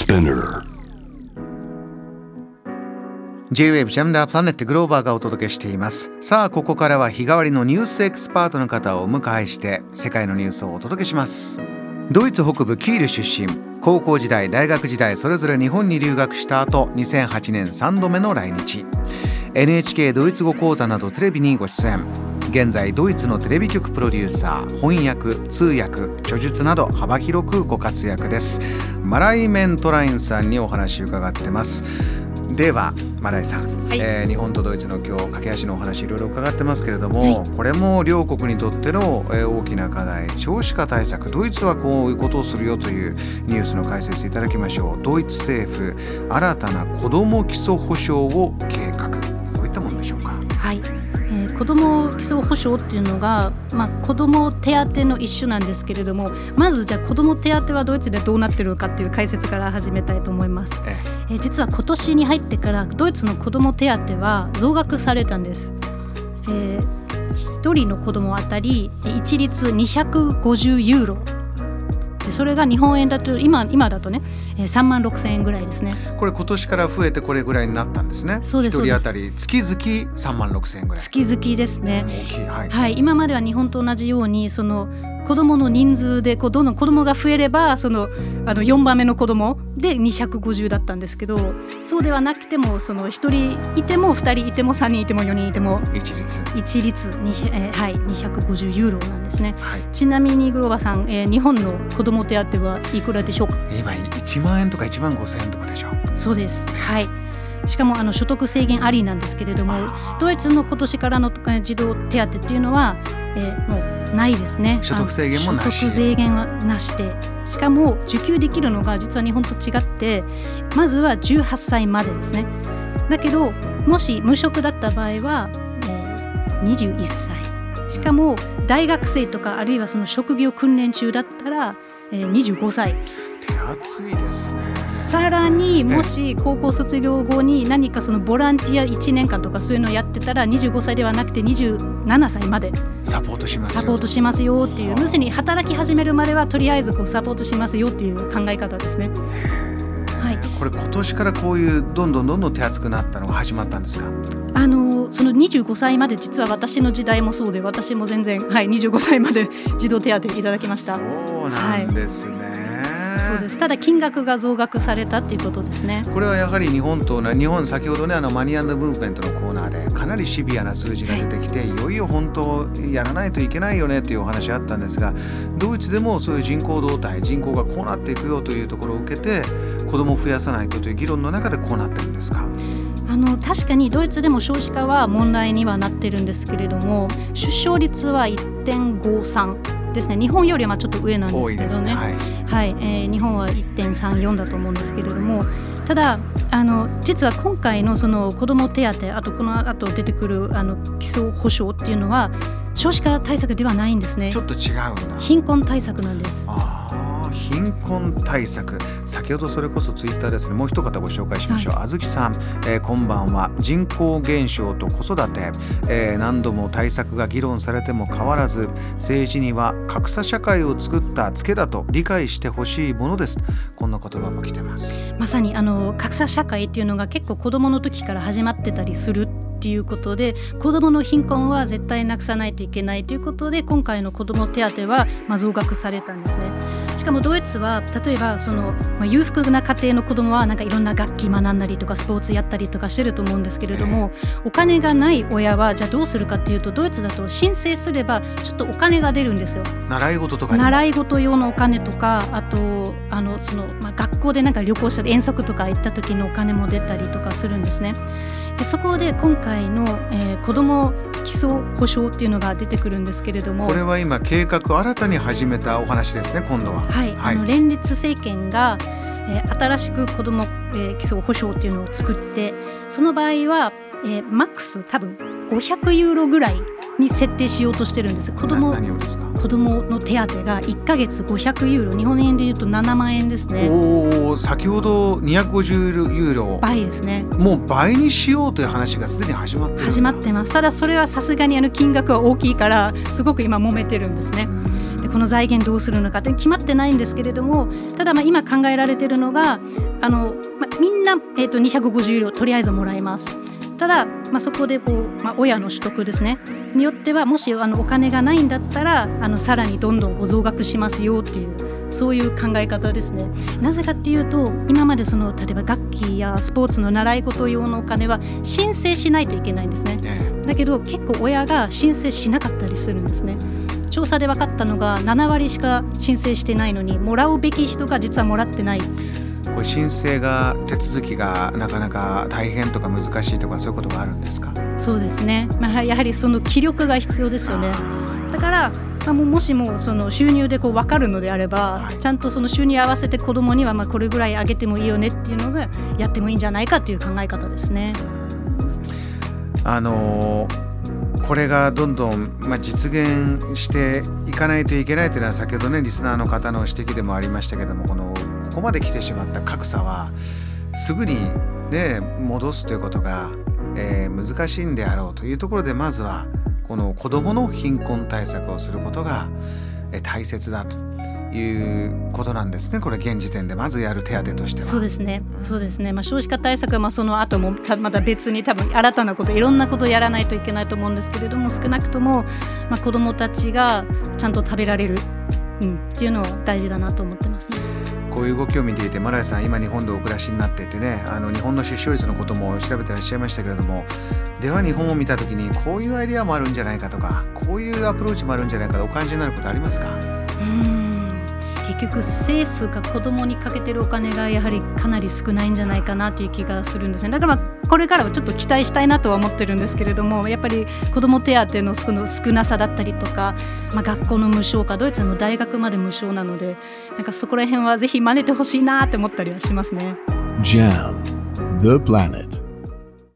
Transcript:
Spinner J-Wave ジャムダープラネットグローバーがお届けしています。さあここからは日替わりのニュースエキスパートの方をお迎えして世界のニュースをお届けします。ドイツ北部キール出身、高校時代大学時代それぞれ日本に留学した後2008年3度目の来日、 NHK ドイツ語講座などテレビにご出演。現在ドイツのテレビ局プロデューサー、翻訳、通訳、著述など幅広くご活躍です。マライ・メントラインさんにお話を伺ってます。ではマライさん、日本とドイツの今日駆け足のお話いろいろ伺ってますけれども、これも両国にとっての、大きな課題、少子化対策、ドイツはこういうことをするよというニュースの解説いただきましょう。ドイツ政府新たな子ども基礎保障を計画、どういったものでしょうか。 子ども基礎保障っていうのが、子ども手当の一種なんですけれども、まずじゃあ子ども手当はドイツでどうなってるのかっていう解説から始めたいと思います。実は今年に入ってからドイツの子ども手当は増額されたんです。1人の子どもあたり一律250ユーロで、それが日本円だと 今だとね3万6千円ぐらいですね。 これ今年から増えてこれぐらいになったんですね。 そうです。 1人当たり月々3万6千円ぐらい。 月々ですね。 大きい。 今までは日本と同じようにその子どもの人数でどんどん子どもが増えれば4番目の子どもで250だったんですけど、そうではなくてもその1人いても2人いても3人いても4人いても一律250ユーロなんですね。ちなみにグローバさん、日本の子ども手当はいくらでしょうか。 今1万円とか1万5千円とかでしょう。 そうです。しかも所得制限ありなんですけれども、ドイツの今年からの児童手当っていうのは、もうないですね。 所得制限もなし。 所得制限はなしで、しかも受給できるのが実は日本と違って、まずは18歳までですね。だけどもし無職だった場合は、21歳、しかも大学生とかあるいはその職業訓練中だったら、25歳。 手厚いですね。 さらにもし高校卒業後に何かそのボランティア1年間とかそういうのをやってたら25歳ではなくて27歳までサポートしますよっていう、要するに働き始めるまではとりあえずサポートしますよっていう考え方ですね。 これ今年からこういうどんどん手厚くなったのが始まったんですか。 その25歳まで実は私の時代もそうで、私も全然、25歳まで児童手当いただきました。 そうなんですね。 そうです。ただ金額が増額されたっていうことですね。 これはやはり日本先ほどねマニー&ムーブメントのコーナーでかなりシビアな数字が出てきて、いよいよ本当やらないといけないよねっていうお話あったんですが、ドイツでもそういう人口動態、人口がこうなっていくよというところを受けて子供を増やさないとという議論の中でこうなってるんですか。 確かにドイツでも少子化は問題にはなってるんですけれども、出生率は 1.53ですね。日本よりはちょっと上なんですけどね。日本は 1.34 だと思うんですけれども、ただ実は今回のその子ども手当、あとこの後出てくる基礎保障っていうのは少子化対策ではないんですね。 ちょっと違うんだ。 貧困対策なんです。 貧困対策、先ほどそれこそツイッターですね、もう一方ご紹介しましょう。あずきさん、こんばんは。人口減少と子育て、何度も対策が議論されても変わらず、政治には格差社会を作ったツケだと理解してほしいものです。こんな言葉も来てます。 まさに格差社会っていうのが結構子どもの時から始まってたりするっていうことで、子どもの貧困は絶対なくさないといけないということで、今回の子ども手当は増額されたんですね。しかもドイツは例えば裕福な家庭の子どもはなんかいろんな楽器学んだりとかスポーツやったりとかしてると思うんですけれども、お金がない親はじゃあどうするかっていうと、ドイツだと申請すればちょっとお金が出るんですよ。 習い事とかに習い事用のお金とか、あと学校でなんか旅行したり遠足とか行った時のお金も出たりとかするんですね。でそこで今回の、子ども基礎保障っていうのが出てくるんですけれども、 これは今計画新たに始めたお話ですね。今度は連立政権が、新しく子ども、基礎保障っていうのを作って、その場合は、マックス多分500ユーロぐらいに設定しようとしてるんです。子どもの手当が1ヶ月500ユーロ、日本円でいうと7万円ですね。 先ほど250ユーロ倍ですね。 もう倍にしようという話がすでに始まってます。ただそれはさすがに金額は大きいからすごく今揉めてるんですね。ででこの財源どうするのかって決まってないんですけれども、ただ今考えられているのがみんな、250ユーロとりあえずもらえます。ただ、そこで親の取得ですねによっては、もしお金がないんだったらさらにどんどん増額しますよっていう、そういう考え方ですね。なぜかっていうと、今まで例えば楽器やスポーツの習い事用のお金は申請しないといけないんですね。だけど結構親が申請しなかったりするんですね。調査で分かったのが7割しか申請してないのに、もらうべき人が実はもらってない。 これ申請が手続きがなかなか大変とか難しいとか、そういうことがあるんですか？ そうですね、やはりその気力が必要ですよね。だからもしもその収入で分かるのであれば、ちゃんとその収入に合わせて子どもにはこれぐらいあげてもいいよねっていうのがやってもいいんじゃないかっていう考え方ですね。 これがどんどん実現していかないといけないというのは、先ほどねリスナーの方の指摘でもありましたけども、ここまで来てしまった格差はすぐに、戻すということが、難しいんであろうというところで、まずはこの子どもの貧困対策をすることが大切だということなんですね。これ現時点でまずやる手当としては。 そうですね、少子化対策はその後もまた別に多分新たなこと、いろんなことをやらないといけないと思うんですけれども、少なくとも子どもたちがちゃんと食べられる、っていうのは大事だなと思ってますね。 こういう動きを見ていて、マラヤさん今日本でお暮らしになっていてね、日本の出生率のことも調べてらっしゃいましたけれども、では日本を見たときにこういうアイデアもあるんじゃないかとか、こういうアプローチもあるんじゃないかとお感じになることありますか？ 結局政府が子どもにかけてるお金がやはりかなり少ないんじゃないかなという気がするんですね。だからこれからはちょっと期待したいなとは思ってるんですけれども、やっぱり子ども手当のその少なさだったりとか、学校の無償化、ドイツの大学まで無償なので、そこら辺はぜひ真似てほしいなって思ったりはしますね。 JAM The Planet